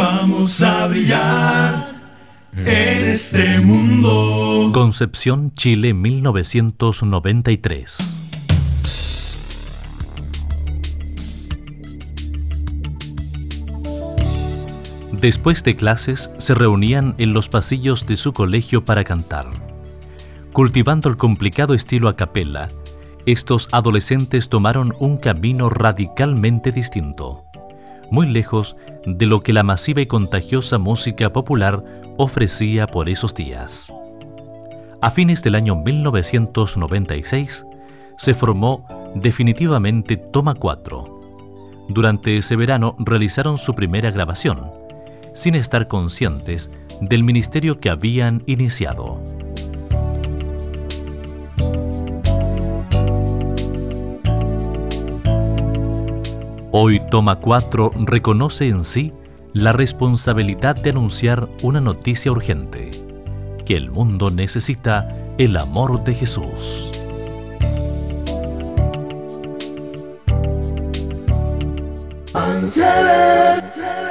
Vamos a brillar en este mundo. Concepción, Chile, 1993. Después de clases, se reunían en los pasillos de su colegio para cantar. Cultivando el complicado estilo a capella, estos adolescentes tomaron un camino radicalmente distinto, muy lejos de lo que la masiva y contagiosa música popular ofrecía por esos días. A fines del año 1996, se formó definitivamente Toma 4. Durante ese verano realizaron su primera grabación, sin estar conscientes del ministerio que habían iniciado. Hoy Toma 4 reconoce en sí la responsabilidad de anunciar una noticia urgente, que el mundo necesita el amor de Jesús. Ángeles.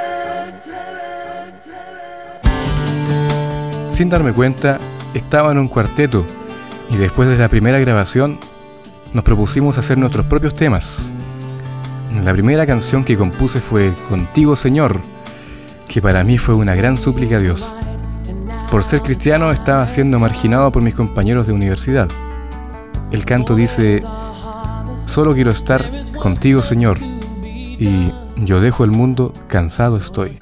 Sin darme cuenta, estaba en un cuarteto y después de la primera grabación nos propusimos hacer nuestros propios temas. La primera canción que compuse fue Contigo, Señor, que para mí fue una gran súplica a Dios. Por ser cristiano estaba siendo marginado por mis compañeros de universidad. El canto dice: solo quiero estar contigo, Señor, y yo dejo el mundo, cansado estoy.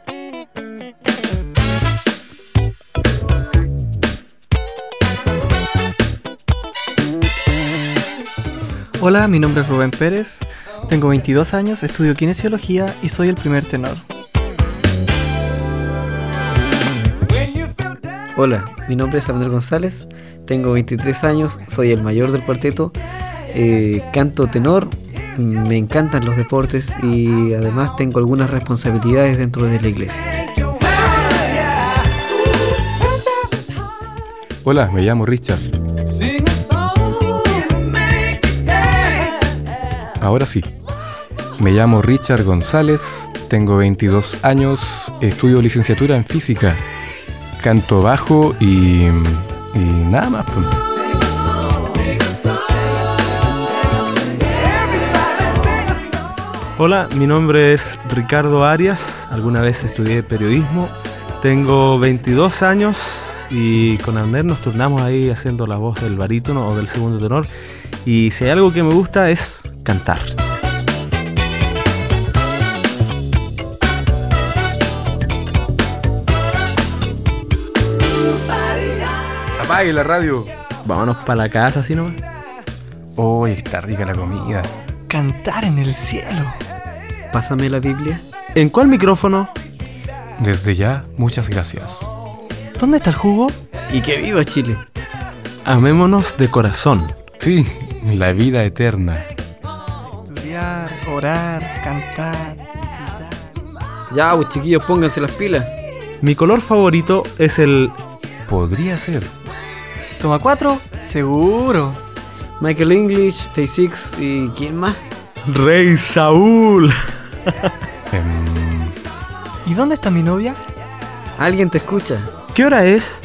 Hola, mi nombre es Rubén Pérez, tengo 22 años, estudio kinesiología y soy el primer tenor. Hola, mi nombre es Abner González, tengo 23 años, soy el mayor del cuarteto, canto tenor, me encantan los deportes y además tengo algunas responsabilidades dentro de la iglesia. Hola, me llamo Richard. Ahora sí, me llamo Richard González, tengo 22 años, estudio licenciatura en física, canto bajo y nada más. Hola, mi nombre es Ricardo Arias, alguna vez estudié periodismo, tengo 22 años y con Abner nos turnamos ahí haciendo la voz del barítono o del segundo tenor, y si hay algo que me gusta es cantar. Apague la radio. Vámonos para la casa, ¿sí nomás? Oh, está rica la comida. Cantar en el cielo. Pásame la Biblia. ¿En cuál micrófono? Desde ya, muchas gracias. ¿Dónde está el jugo? Y que viva Chile. Amémonos de corazón. Sí, la vida eterna. Estudiar, orar, cantar, visitar. Ya, pues chiquillos, pónganse las pilas. Mi color favorito es el... Podría ser. Toma 4, seguro. Michael English, Tay Six y ¿quién más? Rey Saúl. ¿Y dónde está mi novia? Alguien te escucha. ¿Qué hora es?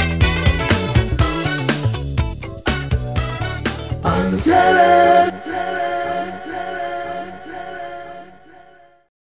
Ángeles.